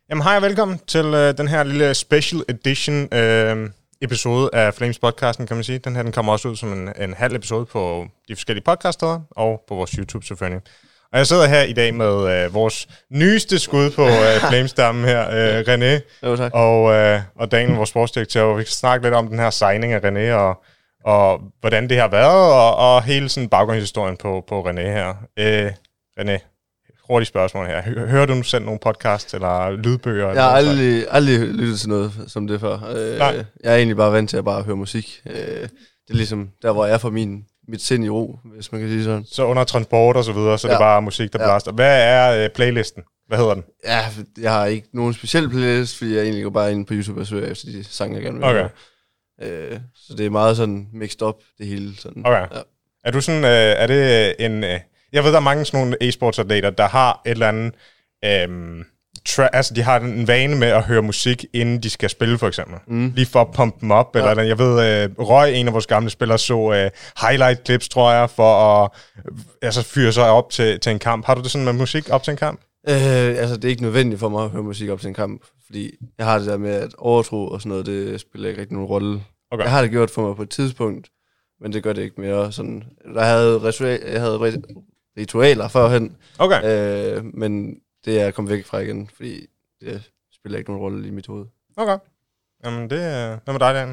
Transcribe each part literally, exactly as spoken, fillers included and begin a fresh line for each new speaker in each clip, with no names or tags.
Jamen hej og velkommen til øh, den her lille special edition øh, episode af Flames podcasten, kan man sige. Den her den kommer også ud som en, en halv episode på de forskellige podcaststeder og på vores YouTube selvfølgelig. Og jeg sidder her i dag med øh, vores nyeste skud på øh, Flames-stammen her, øh, René.
Jo, tak.
Og, øh, og Daniel, vores sportsdirektør. Og vi kan snakke lidt om den her signing af René og, og hvordan det har været, og, og hele sådan baggrundshistorien på, på René her. Øh, René, hurtigt spørgsmål her. Hører du nu selv nogle podcasts eller lydbøger?
Jeg har aldrig, aldrig lyttet til noget som det før. Øh, jeg er egentlig bare vant til at bare høre musik. Øh, det er ligesom der, hvor jeg er for min, mit sind i ro, hvis man kan sige sådan.
Så under transport og så videre, så ja. Det er bare musik, der ja. blaster. Hvad er øh, playlisten? Hvad hedder den?
Ja, jeg har ikke nogen speciel playlist, fordi jeg egentlig går bare ind på YouTube og søger efter de sange, jeg gerne vil
okay.
høre. Øh, så det er meget sådan mixed up, det hele. Sådan.
Okay. Ja. Er du sådan, øh, er det en... Øh, jeg ved, der er mange sådan nogle e-sportsatleter, der har et eller andet... Øh, tra- altså, de har en vane med at høre musik, inden de skal spille, for eksempel. Mm. Lige for at pumpe dem op. Ja. Eller, jeg ved, øh, Røg, en af vores gamle spillere, så øh, highlight-clips, tror jeg, for at øh, altså, fyre sig op til, til en kamp. Har du det sådan med musik op til en kamp?
Øh, altså, det er ikke nødvendigt for mig at høre musik op til en kamp, fordi jeg har det der med, at overtro og sådan noget, det spiller ikke rigtig nogen rolle. Okay. Jeg har det gjort for mig på et tidspunkt, men det gør det ikke mere. Sådan, der havde ritual, jeg havde ritualer førhen, okay. øh, men det er kommet væk fra igen, fordi det spiller ikke nogen rolle i mit hoved.
Okay. Jamen, det er... Hvad med dig, Daniel?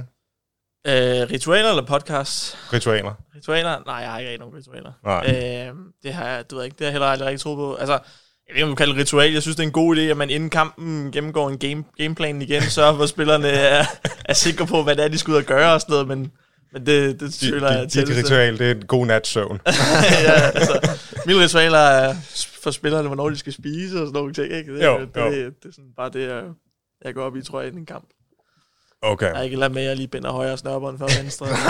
Øh, ritualer eller podcasts?
Ritualer.
Ritualer? Nej, jeg har ikke rigtig nogen ritualer. Øh, det har jeg, du ved ikke, det har jeg heller aldrig rigtig troet på. Altså, jeg ved ikke, om du kalder det ritual. Jeg synes, det er en god idé, at man inden kampen gennemgår en game, gameplan igen, sørger for, at spillerne er, er sikre på, hvad det er, de skal ud og gøre og sådan noget, men... Men det, det føler jeg til.
Dit ritual, det er en god nat søvn.
ja, altså, mine ritualer er for spillerne, hvornår de skal spise og sådan nogle ting, ikke? Det,
jo,
det,
jo.
det, det er sådan bare det, jeg, jeg går op i, tror jeg, i en kamp.
Okay.
Jeg har ikke ladet med, at jeg lige binder højre snørbånd for venstre.
Det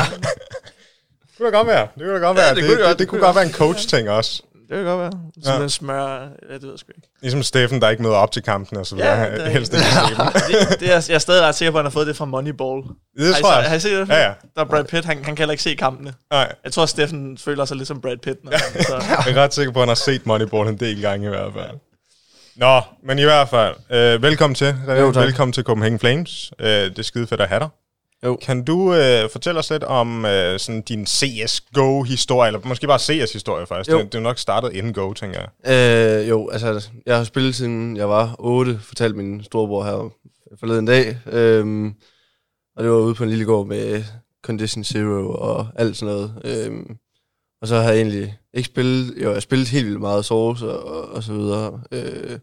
kunne da godt være. Det kunne da godt være. Ja, det, det, det, det, det, det kunne godt være en coach-ting også.
Det kan godt være. Som ja. en smør, ja, det ved jeg sgu ikke.
Ligesom Steffen, der ikke møder op til kampen og så videre.
Ja, det
helst ikke
det, det er, jeg er stadig ret sikker på, at han har fået det fra Moneyball.
Det tror jeg.
Har I set det?
Ja, ja.
Der er Brad Pitt, han, han kan heller ikke se kampene.
Nej.
Jeg tror, at Steffen føler sig lidt som Brad Pitt. Når,
ja. så. Jeg er ret sikker på, at han har set Moneyball en del gange i hvert fald. Nå, men i hvert fald. Øh, velkommen til. Jo, velkommen til Copenhagen Flames. Øh, det er skide fedt at have dig. Jo. Kan du øh, fortælle os lidt om øh, sådan din C S G O-historie, eller måske bare C S-historie faktisk? Det, det er jo nok startet inden Go, tænker jeg.
Øh, jo, altså, jeg har spillet siden jeg var otte, fortalte min storebror her forleden dag. Øhm, og det var ude på en lille gård med Condition Zero og alt sådan noget. Øhm, og så har jeg egentlig ikke spillet, jo, jeg har spillet helt vildt meget Source og, og, og så videre. Øh,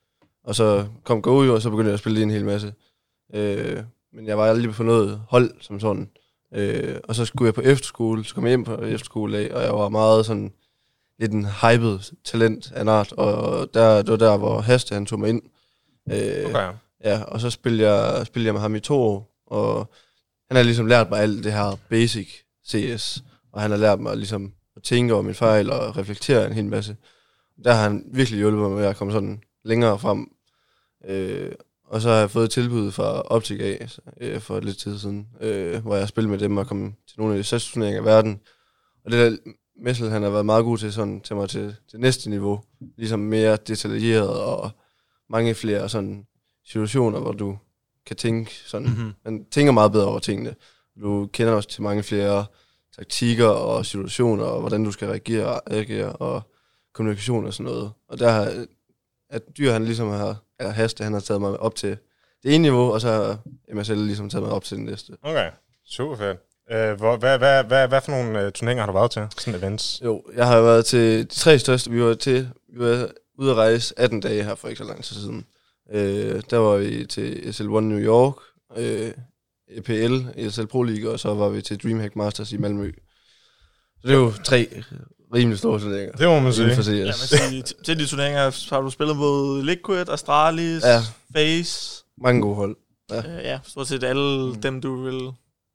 og så kom Go jo, og så begyndte jeg at spille en hel masse. Øh, Men jeg var aldrig på noget hold som sådan. Øh, og så skulle jeg på efterskole, så kom jeg hjem på efterskole af, og jeg var meget sådan lidt en hyped talent af en art, og der, det var der, hvor Haste han tog mig ind. Øh, okay. Ja, og så spillede jeg, spillede jeg med ham i to år, og han har ligesom lært mig alt det her basic C S, og han har lært mig ligesom at tænke over min fejl og reflektere en hel masse. Der har han virkelig hjulpet mig med at komme sådan længere frem. Øh, Og så har jeg fået et tilbud fra Optic A øh, for lidt tid siden, øh, hvor jeg har spillet med dem og kommet til nogle af de største turneringer i verden. Og det der Messel, han har været meget god til sådan til mig til, til næste niveau. Ligesom mere detaljeret og mange flere sådan situationer, hvor du kan tænke sådan. Mm-hmm. Man tænker meget bedre over tingene. Du kender også til mange flere taktikker og situationer, og hvordan du skal reagere, reagere og kommunikation og sådan noget. Og der har at Dyr, han ligesom har, eller Haste, han har taget mig op til det ene niveau, og så har M S L ligesom taget mig op til det næste.
Okay, super fedt. Uh, hvor, hvad, hvad, hvad, hvad for nogle uh, turneringer har du været til? Sådan events?
Jo, jeg har været til de tre største. Vi var til, vi var ude at rejse atten dage her for ikke så lang tid siden. Uh, der var vi til S L et New York, uh, E P L, E S L Pro League, og så var vi til DreamHack Masters i Malmø. Så det er jo tre rimelig store turneringer.
Det må man sige.
Ja, man sige til de turneringer har du spillet mod Liquid, Astralis, ja. FaZe.
Mange gode hold.
Ja, øh, ja stort set alle mm. dem, du vil,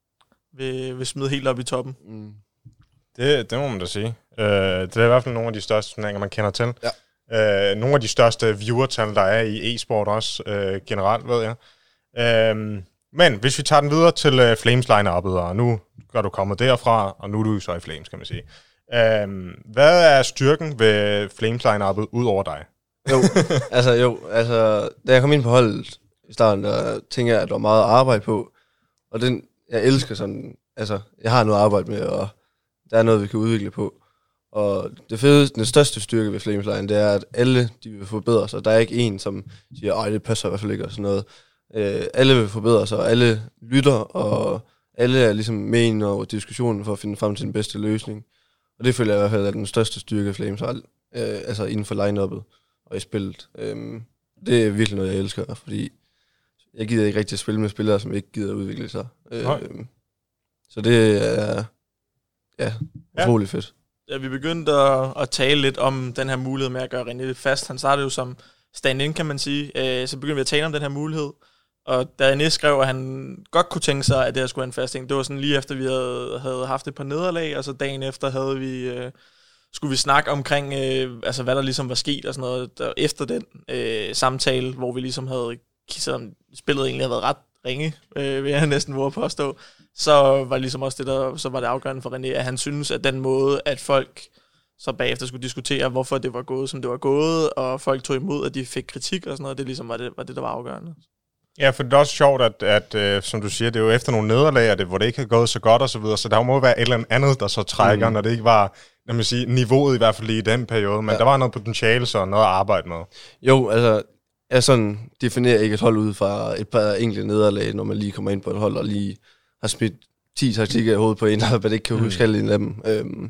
vil, vil smide helt op i toppen. Mm.
Det, det må man da sige. Uh, det er i hvert fald nogle af de største turneringer, man kender til. Ja. Uh, nogle af de største viewertal, der er i e-sport også, uh, generelt, ved jeg. Uh, men hvis vi tager den videre til uh, Flames line-up'et, og nu er du kommet derfra, og nu er du så i Flames, kan man sige. Um, hvad er styrken ved Flames line-up'et ud over dig?
Jo, altså jo, altså, da jeg kom ind på holdet i starten, der tænker jeg, at der var meget at arbejde på, og den, jeg elsker sådan, altså, jeg har noget at arbejde med, og der er noget, vi kan udvikle på. Og det fede, den største styrke ved Flameslejren, det er, at alle de vil forbedre sig. Der er ikke en, som siger, ej, det passer i hvert fald ikke, og sådan noget. Øh, alle vil forbedre sig, og alle lytter, og alle er ligesom med ind over diskussionen for at finde frem til den bedste løsning. Og det føler jeg i hvert fald er den største styrke af Flameslejren, øh, altså inden for line-uppet og i spillet. Øh, det er virkelig noget, jeg elsker, fordi jeg gider ikke rigtig at spille med spillere, som ikke gider at udvikle sig. Øh, så det er ja, utrolig ja. fedt.
Ja, vi begyndte at, at tale lidt om den her mulighed med at gøre René lidt fast. Han startede jo som stand-in, kan man sige. Øh, så begyndte vi at tale om den her mulighed. Og da René skrev, at han godt kunne tænke sig, at det her skulle være en fast ting, det var sådan lige efter, vi havde, havde haft et par nederlag, og så dagen efter havde vi, øh, skulle vi snakke omkring, øh, altså hvad der ligesom var sket og sådan noget. Der, efter den øh, samtale, hvor vi ligesom havde kisset om spillet egentlig havde været ret ringe, øh, vil jeg næsten våge at påstå, så var det ligesom også det, der så var det afgørende for René, at han synes, at den måde, at folk så bagefter skulle diskutere, hvorfor det var gået, som det var gået, og folk tog imod, at de fik kritik og sådan noget, det ligesom var det, var det der var afgørende.
Ja, for det er også sjovt, at, at øh, som du siger, det er jo efter nogle nederlag, det, hvor det ikke har gået så godt og så videre, så der må være et eller andet, der så trækker, mm. når det ikke var, lad mig sige, niveauet i hvert fald lige i den periode, men ja. der var noget potentiale, så noget at arbejde med.
Jo, altså, jeg sådan definerer ikke et hold ud fra et par enkelte nederlag, når man lige kommer ind på et hold og lige har smidt ti taktikker i hovedet på en, og man ikke kan huske mm. alle en af dem. Øhm,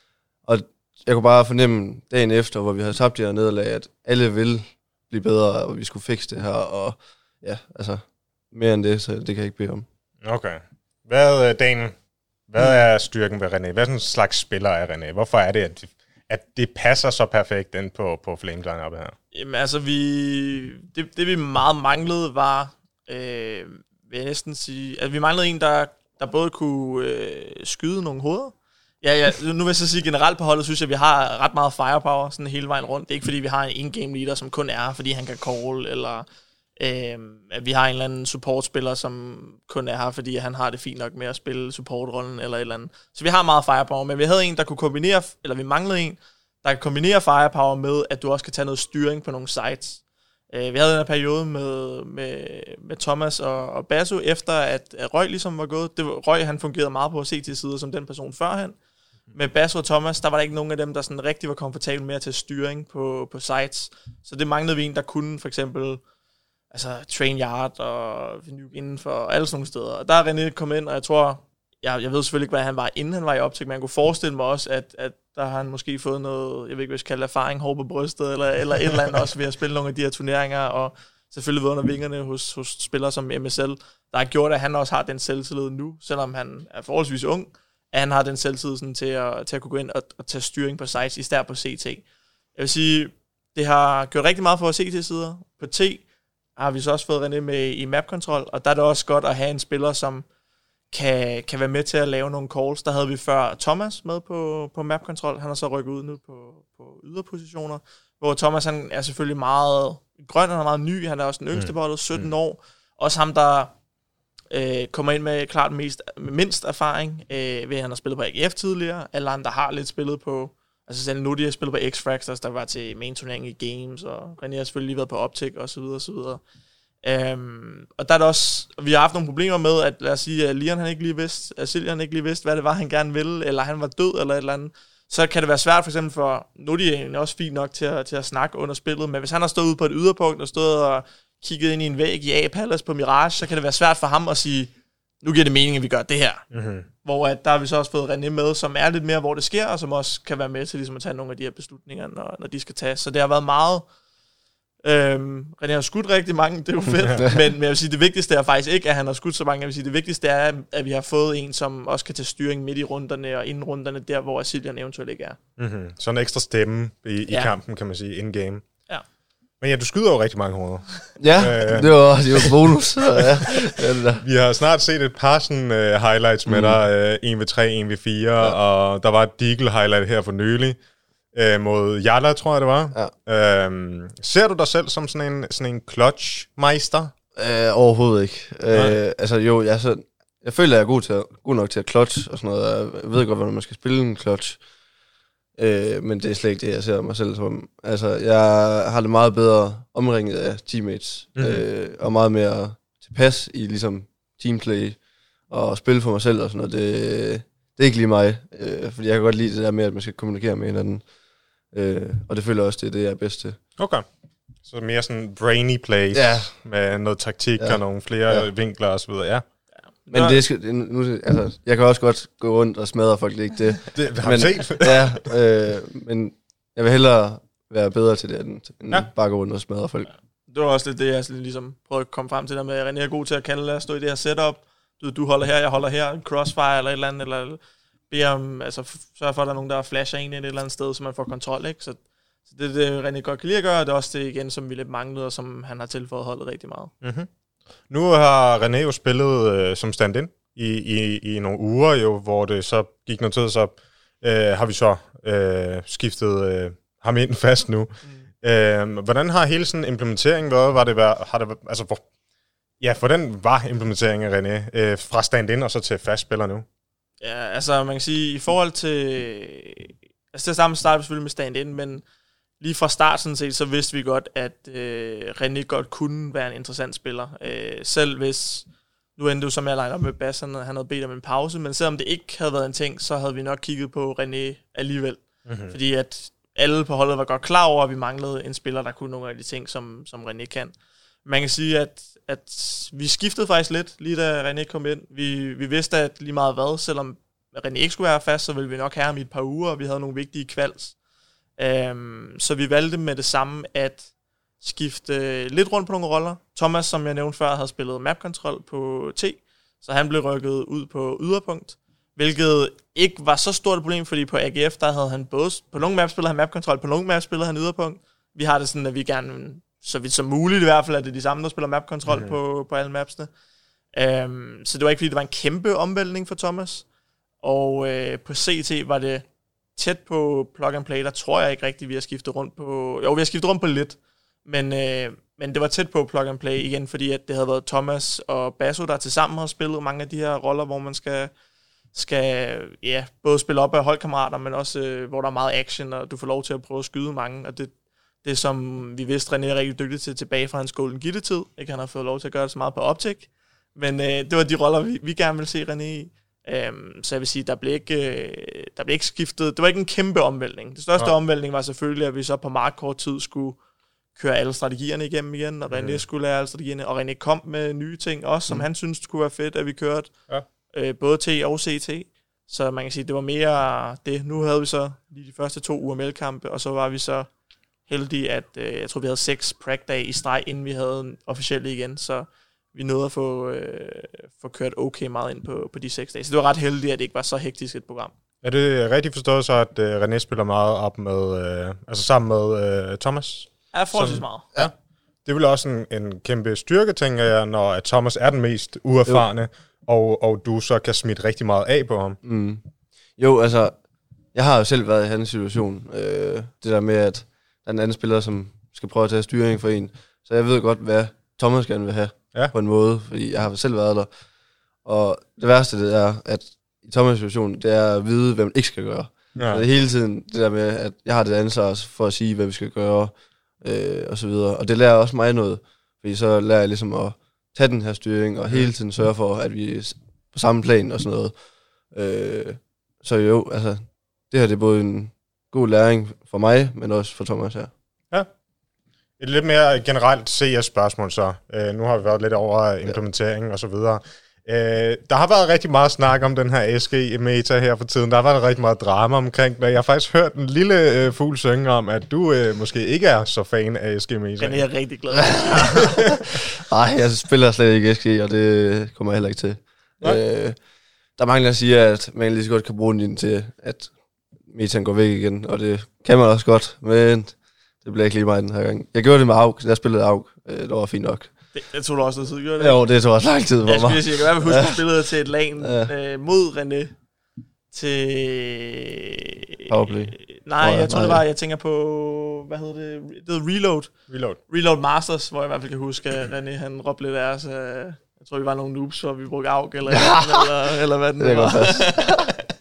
og jeg kunne bare fornemme dagen efter, hvor vi havde tabt de her nederlag, at alle vil blive bedre, og vi skulle fikse det her, og ja, altså, mere end det, så det kan jeg ikke bede om.
Okay. Hvad, Daniel, hvad er styrken ved René? Hvad slags slags spiller er René? Hvorfor er det, at det, at det passer så perfekt ind på, på Flameslejren oppe her?
Jamen altså, vi, det, det vi meget manglede var, øh, vil jeg næsten sige, at vi manglede en, der, der både kunne øh, skyde nogle hoveder. Ja, ja, nu vil jeg så sige, generelt på holdet, synes jeg, at vi har ret meget firepower sådan hele vejen rundt. Det er ikke, fordi vi har en in-game leader, som kun er, fordi han kan call, eller øh, at vi har en eller anden supportspiller, som kun er her, fordi han har det fint nok med at spille supportrollen, eller et eller andet. Så vi har meget firepower, men vi havde en, der kunne kombinere, eller vi manglede en, der kan kombinere firepower med, at du også kan tage noget styring på nogle sites. Uh, vi havde en periode med, med, med Thomas og, og Basso, efter at, at Røg ligesom var gået. Det var, Røg, han fungerede meget på at se til side som den person førhen. Med Basso og Thomas, der var der ikke nogen af dem, der sådan rigtig var komfortabel med at tage styring på, på sites. Så det manglede vi en, der kunne for eksempel altså, train yard og inden for alle sådan nogle steder. Og der er René kommet ind, og jeg tror, jeg, jeg ved selvfølgelig ikke, hvad han var, inden han var i optik, men jeg kunne forestille mig også, at, at der har han måske fået noget, jeg ved ikke, hvad jeg skal kalde erfaring, hår på brystet, eller, eller et eller andet også ved at spille nogle af de her turneringer, og selvfølgelig ved under vingerne hos, hos spillere som M S L, der har gjort, at han også har den selvtillid nu, selvom han er forholdsvis ung, at han har den selvtillid sådan, til, at, til at kunne gå ind og, og tage styring på sites, i stedet på C T. Jeg vil sige, det har gjort rigtig meget for C T-sider. På T har vi så også fået René med i map-kontrol, og der er det også godt at have en spiller, som Kan, kan være med til at lave nogle calls. Der havde vi før Thomas med på, på map-kontrol. Han har så rykket ud nu på, på yderpositioner, hvor Thomas han er selvfølgelig meget grøn, han er meget ny, han er også den yngste på holdet, sytten år. Også ham, der øh, kommer ind med klart mest, med mindst erfaring, øh, ved at han har spillet på A G F tidligere. Alle andre har lidt spillet på, altså selv nu de har spillet på X-Fractors, der var til main-turnering i Games, og René har selvfølgelig lige været på Optic, og så videre, og så videre. Um, og der er der også, vi har haft nogle problemer med, at lad os sige, at Lian han ikke lige vidste, at Siljan ikke lige vidste, hvad det var, han gerne ville, eller han var død, eller et eller andet. Så kan det være svært for eksempel for, nu er de egentlig også fint nok til at, til at snakke under spillet, men hvis han har stået ude på et yderpunkt, og stået og kigget ind i en væg i A-Palace på Mirage, så kan det være svært for ham at sige, nu giver det mening, at vi gør det her. Mm-hmm. Hvor at der har vi så også fået René med, som er lidt mere, hvor det sker, og som også kan være med til ligesom at tage nogle af de her beslutninger, når, når de skal tages. Så det har været meget. Øhm, René har skudt rigtig mange, det er jo fedt, men, men jeg vil sige, det vigtigste er faktisk ikke, at han har skudt så mange. Jeg vil sige, det vigtigste er, at vi har fået en, som også kan tage styring midt i runderne og inden runderne, der hvor Siljan eventuelt ikke er.
Mm-hmm. Så en ekstra stemme i, i ja. kampen, kan man sige, in-game.
Ja.
Men ja, du skyder jo rigtig mange hoveder.
Ja, øh, det var det var bonus. ja.
Vi har snart set et par sådan, uh, highlights med mm. dig, uh, en ved tre, en ved fire, ja. Og der var et Deagle highlight her for nylig. Øh, mod Jalla, tror jeg, det var. Ja. Øhm, ser du dig selv som sådan en, sådan en clutch-meister?
Øh, overhovedet ikke. Øh, altså jo, jeg, så, jeg føler, at jeg er god, til at, god nok til at clutch og sådan noget. Jeg ved godt, hvordan man skal spille en clutch. Øh, men det er slet ikke det, jeg ser mig selv som. Altså, jeg har det meget bedre omringet af teammates, mm-hmm. øh, og meget mere tilpas i ligesom teamplay, og spille for mig selv og sådan noget. Det, det er ikke lige mig, øh, fordi jeg kan godt lide det der med, at man skal kommunikere med hinanden. Øh, og det føler også, det er det, jeg er bedst til.
Okay. Så mere sådan brainy plays, ja. Med noget taktik ja. Og nogle flere ja. Vinkler og så videre, ja.
Men det skal, det, nu, altså, jeg kan også godt gå rundt og smadre folk, det er ikke det.
Det har men, set.
Ja, øh, men jeg vil hellere være bedre til det, end, end ja. Bare gå rundt og smadre folk.
Det var også lidt det, jeg ligesom prøvede at komme frem til, der med, at René er god til at kalde at stå i det her setup. Du, du holder her, jeg holder her, crossfire eller et eller andet, eller beder om, altså sørge for, at der er nogen, der flasher en i et eller andet sted, så man får kontrol, ikke? Så, så det er det, René godt kan lide at gøre, og det er også det igen, som vi lidt manglede, og som han har tilføjet holdet rigtig meget.
Mm-hmm. Nu har René jo spillet øh, som stand-in i, i, i nogle uger, jo, hvor det så gik noget tid, så øh, har vi så øh, skiftet øh, ham ind fast nu. Mm. Øh, hvordan har hele sådan implementeringen været? Var det, har det, altså, hvor, ja, for den var implementeringen af René øh, fra stand-in og så til fast spiller nu?
Ja, altså man kan sige, i forhold til... Altså til sammen startede vi selvfølgelig med stand-in, men lige fra start sådan set, så vidste vi godt, at øh, René godt kunne være en interessant spiller. Øh, selv hvis... Nu endte du som jeg line op med Bass, han havde bedt om en pause, men selvom det ikke havde været en ting, så havde vi nok kigget på René alligevel. Mm-hmm. Fordi at alle på holdet var godt klar over, at vi manglede en spiller, der kunne nogle af de ting, som, som René kan. Man kan sige, at, at vi skiftede faktisk lidt, lige da René kom ind. Vi, vi vidste, at lige meget hvad, selvom René ikke skulle være fast, så ville vi nok have ham i et par uger, og vi havde nogle vigtige kvalds. Um, så vi valgte med det samme at skifte lidt rundt på nogle roller. Thomas, som jeg nævnte før, havde spillet map-kontrol på T, så han blev rykket ud på yderpunkt, hvilket ikke var så stort et problem, fordi på A G F, der havde han både, på nogle maps spillede han map-kontrol, på nogle maps spillede han yderpunkt. Vi har det sådan, at vi gerne, så vidt som muligt i hvert fald, at det er de samme, der spiller map-kontrol mm-hmm. på, på alle mapsene. Um, så det var ikke, fordi det var en kæmpe omvæltning for Thomas. Og uh, på C T var det tæt på plug and play, der tror jeg ikke rigtigt, vi har skiftet rundt på... Jo, vi har skiftet rundt på lidt, men, øh, men det var tæt på plug and play igen, fordi at det havde været Thomas og Basso, der tilsammen har spillet mange af de her roller, hvor man skal, skal ja, både spille op af holdkammerater, men også øh, hvor der er meget action, og du får lov til at prøve at skyde mange, og det, det som vi vidste, René er rigtig dygtig til tilbage fra hans Golden Gitte-tid. Ikke, han har fået lov til at gøre det så meget på optik, men øh, det var de roller, vi, vi gerne ville se René i. Um, så jeg vil sige, der blev ikke øh, der blev ikke skiftet. Det var ikke en kæmpe omvæltning. Det største ja. omvæltning var selvfølgelig, at vi så på meget kort tid skulle køre alle strategierne igennem igen, og René mm. skulle lære alle strategierne, og René kom med nye ting også, som mm. han synes kunne være fedt, at vi kørte ja. øh, både T og C T. Så man kan sige, det var mere det. Nu havde vi så lige de første to uger melkampe, og så var vi så heldige, at øh, jeg tror, vi havde seks prac-dage i streg, inden vi havde officielt igen, så vi nåede at få, øh, få kørt okay meget ind på, på de seks dage. Så det var ret heldigt, at det ikke var så hektisk et program.
Er det rigtigt forstået så, at øh, René spiller meget op med, øh, altså sammen med øh, Thomas?
Ja, forholdsvis meget.
Ja. Det er vel også en, en kæmpe styrke, tænker jeg, når at Thomas er den mest uerfarne, og, og du så kan smitte rigtig meget af på ham.
Mm. Jo, altså, jeg har jo selv været i hans situation. Øh, det der med, at der er en anden spiller, som skal prøve at tage styring for en. Så jeg ved godt, hvad Thomas gerne vil have. Ja. På en måde, fordi jeg har selv været der. Og det værste det er, at i Thomas' situation, det er at vide, hvad man ikke skal gøre. Ja. Så det er hele tiden det der med, at jeg har det ansvar for at sige, hvad vi skal gøre, øh, og så videre. Og det lærer også mig noget, fordi så lærer jeg ligesom at tage den her styring, og hele tiden sørge for, at vi er på samme plan og sådan noget. Øh, så jo, altså, det her det er både en god læring for mig, men også for Thomas her.
Ja. Et lidt mere generelt C S-spørgsmål så. Uh, nu har vi været lidt over implementeringen ja. og så videre. Uh, der har været rigtig meget snak om den her S G-meta her for tiden. Der har været rigtig meget drama omkring det. Jeg har faktisk hørt en lille uh, fugl synge om, at du uh, måske ikke er så fan af S G-meta.
Den er jeg rigtig glad.
Nej, jeg spiller slet ikke S G, og det kommer jeg heller ikke til. Uh, der er mange, der siger, at man lige så godt kan bruge den til, at metaen går væk igen, og det kan man også godt, men... Det blev ikke lige mig den her gang. Jeg gjorde det med A U G. Jeg spillede A U G. Det var fint nok.
Det, det tog du også noget tid, gjorde det?
Jo, det tog også lang tid for mig.
Jeg skulle sige, jeg kan i hvert fald huske, at du spillede til et LAN ja. øh, mod René. Til...
Powerplay.
Øh, nej, jeg tror, nej. det var... Jeg tænker på... Hvad hedder det? Det hedder Reload.
Reload.
Reload Masters, hvor jeg i hvert fald kan huske, at René han råbte lidt af os. Øh, jeg tror, vi var nogle noobs, hvor vi brugte A U G, eller, ja. eller, eller hvad den
det
var.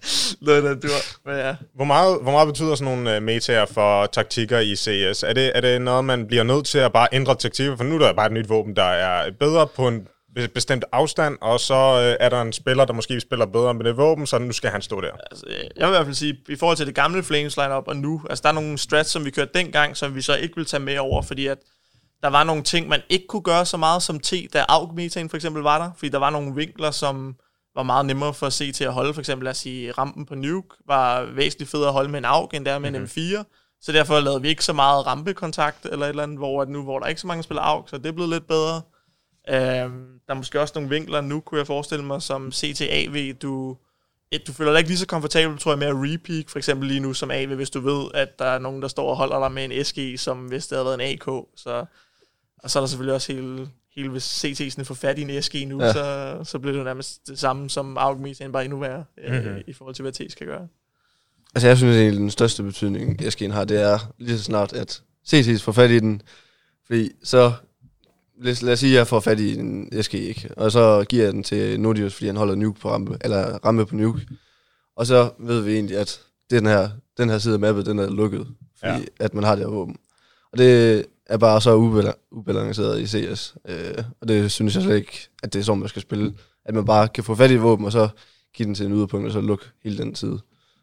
Noget, der dur. Men ja.
Hvor meget, hvor meget betyder sådan nogle uh, metaer for taktikker i C S? Er det, er det noget, man bliver nødt til at bare ændre taktikker? For nu er der bare et nyt våben, der er bedre på en bestemt afstand, og så uh, er der en spiller, der måske spiller bedre med det våben, så nu skal han stå der.
Altså, jeg vil i hvert fald sige, i forhold til det gamle Flames lineup og nu, altså der er nogle strats, som vi kørte dengang, som vi så ikke vil tage med over, fordi at der var nogle ting, man ikke kunne gøre så meget som T, da AUG-metaen for eksempel var der, fordi der var nogle vinkler, som var meget nemmere for C til at holde. For eksempel, lad os sige, rampen på Nuke var væsentligt federe at holde med en AUG, end der med mm-hmm. en M fire. Så derfor lavede vi ikke så meget rampekontakt, eller et eller andet, hvor nu, hvor der ikke så mange spiller AUG, så det er blevet lidt bedre. Øhm, der er måske også nogle vinkler nu, kunne jeg forestille mig, som C til A V. Du, et, du føler dig ikke lige så komfortabel, tror jeg, med at repeak, for eksempel lige nu som A V, hvis du ved, at der er nogen, der står og holder dig med en S G, som hvis det havde været en A K. Så, og så er der selvfølgelig også hele... Hele hvis C T sådan får fat i en S G nu, ja. så, så bliver det nærmest det samme som AUG-metaen, bare endnu værre, mm-hmm. øh, i forhold til, hvad T skal gøre.
Altså jeg synes, at den største betydning, S G'en har, det er lige så snart, at C T får fat i den. Fordi så, lad, lad os sige, at jeg får fat i en S G, ikke? Og så giver jeg den til Nodius, fordi han holder nuke på rampe, eller rampe på nuke. Og så ved vi egentlig, at den her, den her side af mappet, den er lukket, fordi ja. at man har det her våben. Og det er bare så ubalanceret i C S. Øh, og det synes jeg slet ikke, at det er sådan, man skal spille. At man bare kan få fat i et våben, og så give den til en yderpunkt, og så lukke hele den side.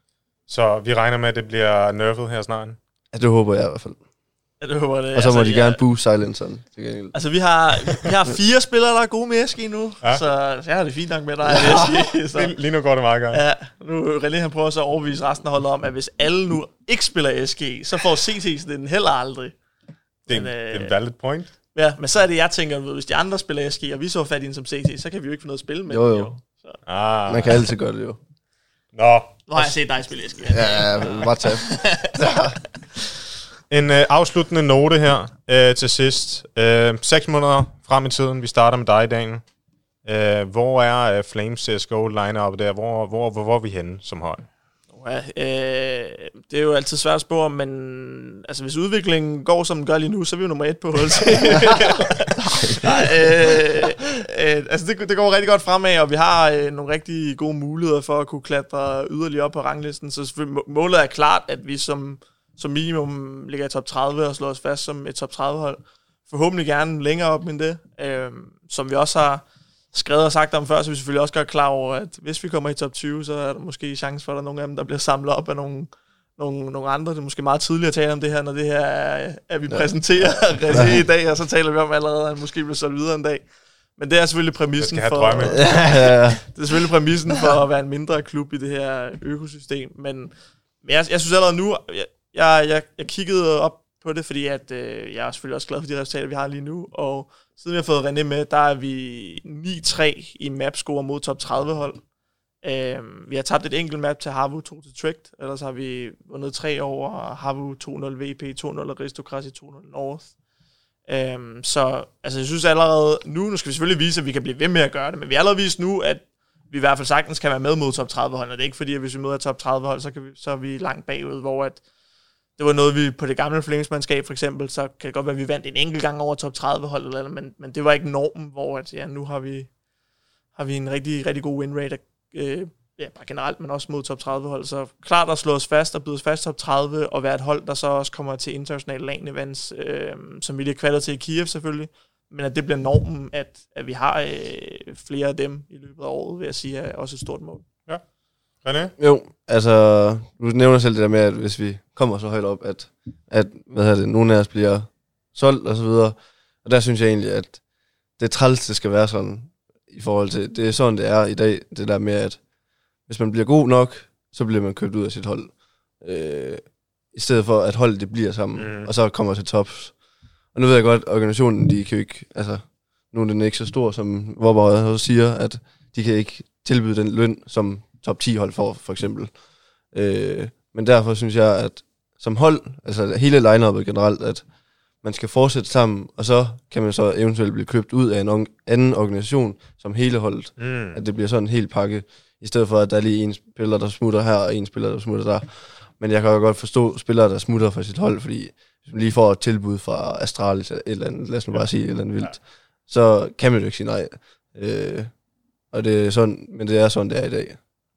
Så vi regner med, at det bliver nerfed her snart?
Ja, det håber jeg i hvert fald.
Ja, det håber det.
Og så må
altså,
de ja. gerne boost silenceren.
Altså, vi har, vi har fire spillere, der er gode med S G nu. Ja. Så, så jeg har det fint nok med dig, ja. S G.
Lige nu går det meget godt.
Ja, nu René han prøver så at overbevise resten af holdet om, at hvis alle nu ikke spiller S G, så får C T den heller aldrig.
Det er, men, øh, det er en valid point.
Ja, men så er det, jeg tænker, hvis de andre spiller S G, og vi så fat i den som C T, så kan vi jo ikke få noget at spille med.
Jo, jo.
jo.
Så. Ah. Man kan altid gøre det, jo.
Nå. Nu har jeg set dig spille S G.
Ja, ja, bare tab.
En øh, afsluttende note her øh, til sidst. Øh, seks måneder frem i tiden. Vi starter med dig, Daniel. Øh, hvor er øh, Flames C S G O line-up der? Hvor, hvor, hvor, hvor er vi henne som hold?
Ja, øh, det er jo altid svært at spore, men altså, hvis udviklingen går, som den gør lige nu, så er vi jo nummer et på holdet. Nej, øh, øh, altså det, det går rigtig godt fremad, og vi har øh, nogle rigtig gode muligheder for at kunne klatre yderligere op på ranglisten, så målet er klart, at vi som, som minimum ligger i top tredive og slår os fast som et top tredive hold. Forhåbentlig gerne længere op end det, øh, som vi også har skrevet og sagt om før, så vi selvfølgelig også godt klar over, at hvis vi kommer i top tyve, så er der måske chance for, at der er nogle af dem, der bliver samlet op af nogle, nogle, nogle andre. Det er måske meget tidligt at tale om det her, når det her er, at vi ja. præsenterer René i dag, og så taler vi om allerede, at han måske bliver solgt videre en dag. Men det er selvfølgelig præmissen for det er selvfølgelig præmissen for at være en mindre klub i det her økosystem. Men, men jeg, jeg synes allerede nu, jeg, jeg, jeg, jeg kiggede op på det, fordi at, øh, jeg er selvfølgelig også glad for de resultater, vi har lige nu, og siden vi har fået René med, der er vi ni tre i mapscore mod top tredive hold. Øh, vi har tabt et enkelt map til Havu to til Tricked, ellers har vi vundet tre over Havu to nul V P, to nul Aristocracy, to nul North. Øh, så altså, jeg synes allerede nu, nu skal vi selvfølgelig vise, at vi kan blive ved med at gøre det, men vi har allerede vist nu, at vi i hvert fald sagtens kan være med mod top tredive hold, og det er ikke fordi, at hvis vi møder top tredive hold, så, kan vi, så er vi langt bagud, hvor at det var noget, vi på det gamle Flames-mandskab for eksempel, så kan det godt være, at vi vandt en enkelt gang over top tredive hold, eller, men, men det var ikke normen, hvor at, ja, nu har vi, har vi en rigtig, rigtig god winrate, øh, ja, bare generelt, men også mod top tredive hold. Så klart at slå os fast og byde os fast top tredive, og være et hold, der så også kommer til internationale LAN-events, øh, som vi lige kvalder til i Kiev selvfølgelig, men at det bliver normen, at, at vi har øh, flere af dem i løbet af året, vil jeg sige, er også et stort mål.
Ja. René?
Jo, altså, du nævner selv det der med, at hvis vi kommer så højt op, at, at hvad hedder det, nogle af os bliver solgt og så videre, og der synes jeg egentlig, at det træls, det skal være sådan, i forhold til, det er sådan, det er i dag, det der med, at hvis man bliver god nok, så bliver man købt ud af sit hold, øh, i stedet for, at holdet det bliver sammen, mm. og så kommer til tops. Og nu ved jeg godt, at organisationen, de kan jo ikke, altså, nu er den ikke så stor, som Vorborg også siger, at de kan ikke tilbyde den løn, som top ti hold for, for eksempel. Øh, men derfor synes jeg, at som hold, altså hele line-up'et generelt, at man skal fortsætte sammen, og så kan man så eventuelt blive købt ud af en anden organisation, som hele holdet. Mm. At det bliver sådan en hel pakke, i stedet for, at der er lige en spiller, der smutter her, og en spiller, der smutter der. Men jeg kan jo godt forstå spillere, der smutter fra sit hold, fordi hvis man lige får et tilbud fra Astralis, eller et eller andet, lad os nu bare sige et eller andet vildt, ja. Så kan man jo ikke sige nej. Øh, og det er sådan, men det er sådan, det er i dag.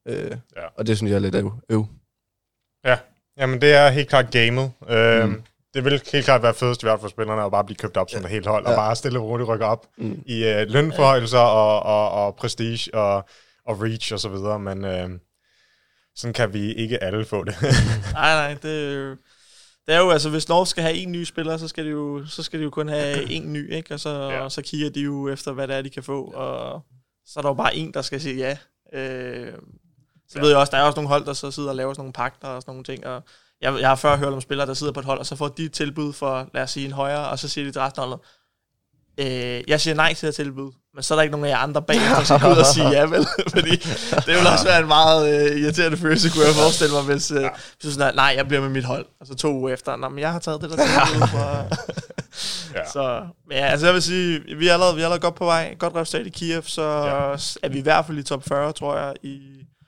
Øh, ja. Og det synes jeg er lidt øv. øv.
Ja, jamen det er helt klart gamet. Øh, mm. Det vil helt klart være fedest i hvert fald for spillerne at bare blive købt op som ja. et helt hold, ja. og bare stille og roligt rykke op mm. i øh, lønforhøjelser og, og, og prestige og, og reach og så videre, men øh, sådan kan vi ikke alle få det.
nej, nej, det, det er jo, altså hvis Norge skal have en ny spiller, så skal de jo, så skal de jo kun have en ny, ikke? Og så, ja. og så kigger de jo efter, hvad det er, de kan få, og så er der jo bare en, der skal sige ja. Øh, så ja. ved jeg også, der er også nogle hold, der så sidder og laver sådan nogle pagter og sådan nogle ting, og jeg, jeg har før hørt om spillere, der sidder på et hold, og så får de et tilbud for, lad os sige, en højere, og så siger de til resten af holdet, øh, jeg siger nej til at tilbud, men så er der ikke nogen af jer andre bag, der skal ud og sige ja, vel? Fordi det vil også være en meget øh, irriterende følelse, kunne jeg forestille mig, hvis, øh, ja. hvis du sådan, nej, jeg bliver med mit hold, og så to uger efter, nå, men jeg har taget det der tilbud for... ja. Så, ja, altså jeg vil sige, vi er allerede, vi er allerede godt på vej, godt resultat i Kiev, så ja. er vi i hvert fald i top fyrre, tror jeg, i...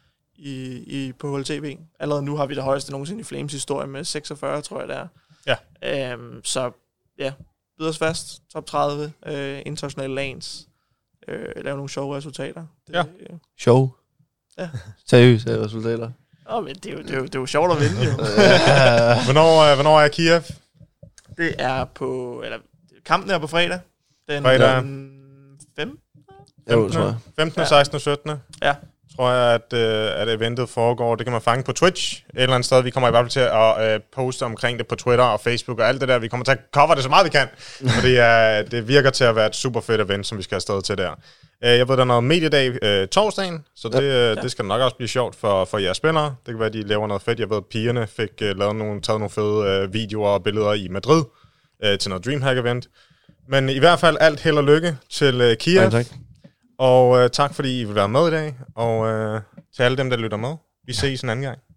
I, i, på H L T V. Allerede nu har vi det højeste nogensinde i Flames historie med seksogfyrre, tror jeg det er. Ja. Øhm, så ja, bider os fast. Top tredive, øh, internationale lanes. Øh, lave nogle sjove resultater. Det,
ja. Øh. Sjov?
Ja.
Seriøse resultater.
Åh, men det er jo, det er jo, det er jo sjovt at vinde, jo.
hvornår, øh, hvornår er Kiev?
Det er på, eller kampen er på fredag. Den
fredag.
femte
Jo, tror jeg.
femtende, sekstende og syttende
Ja.
Tror jeg, at, øh, at eventet foregår. Det kan man fange på Twitch et eller andet sted. Vi kommer i hvert fald til at øh, poste omkring det på Twitter og Facebook og alt det der. Vi kommer til at cover det så meget vi kan. For det, er, det virker til at være et super fedt event, som vi skal afsted til der. Jeg ved, der er noget mediedag øh, torsdagen, så det, ja. det skal nok også blive sjovt for, for jeres spillere. Det kan være, at de laver noget fedt. Jeg ved, at pigerne fik øh, lavet nogle, taget nogle fede øh, videoer og billeder i Madrid øh, til noget Dreamhack-event. Men i hvert fald alt held og lykke til øh, Kiev.
Ja, tak.
Og øh, tak, fordi I vil være med i dag. Og øh, til alle dem, der lytter med. Vi ses en anden gang.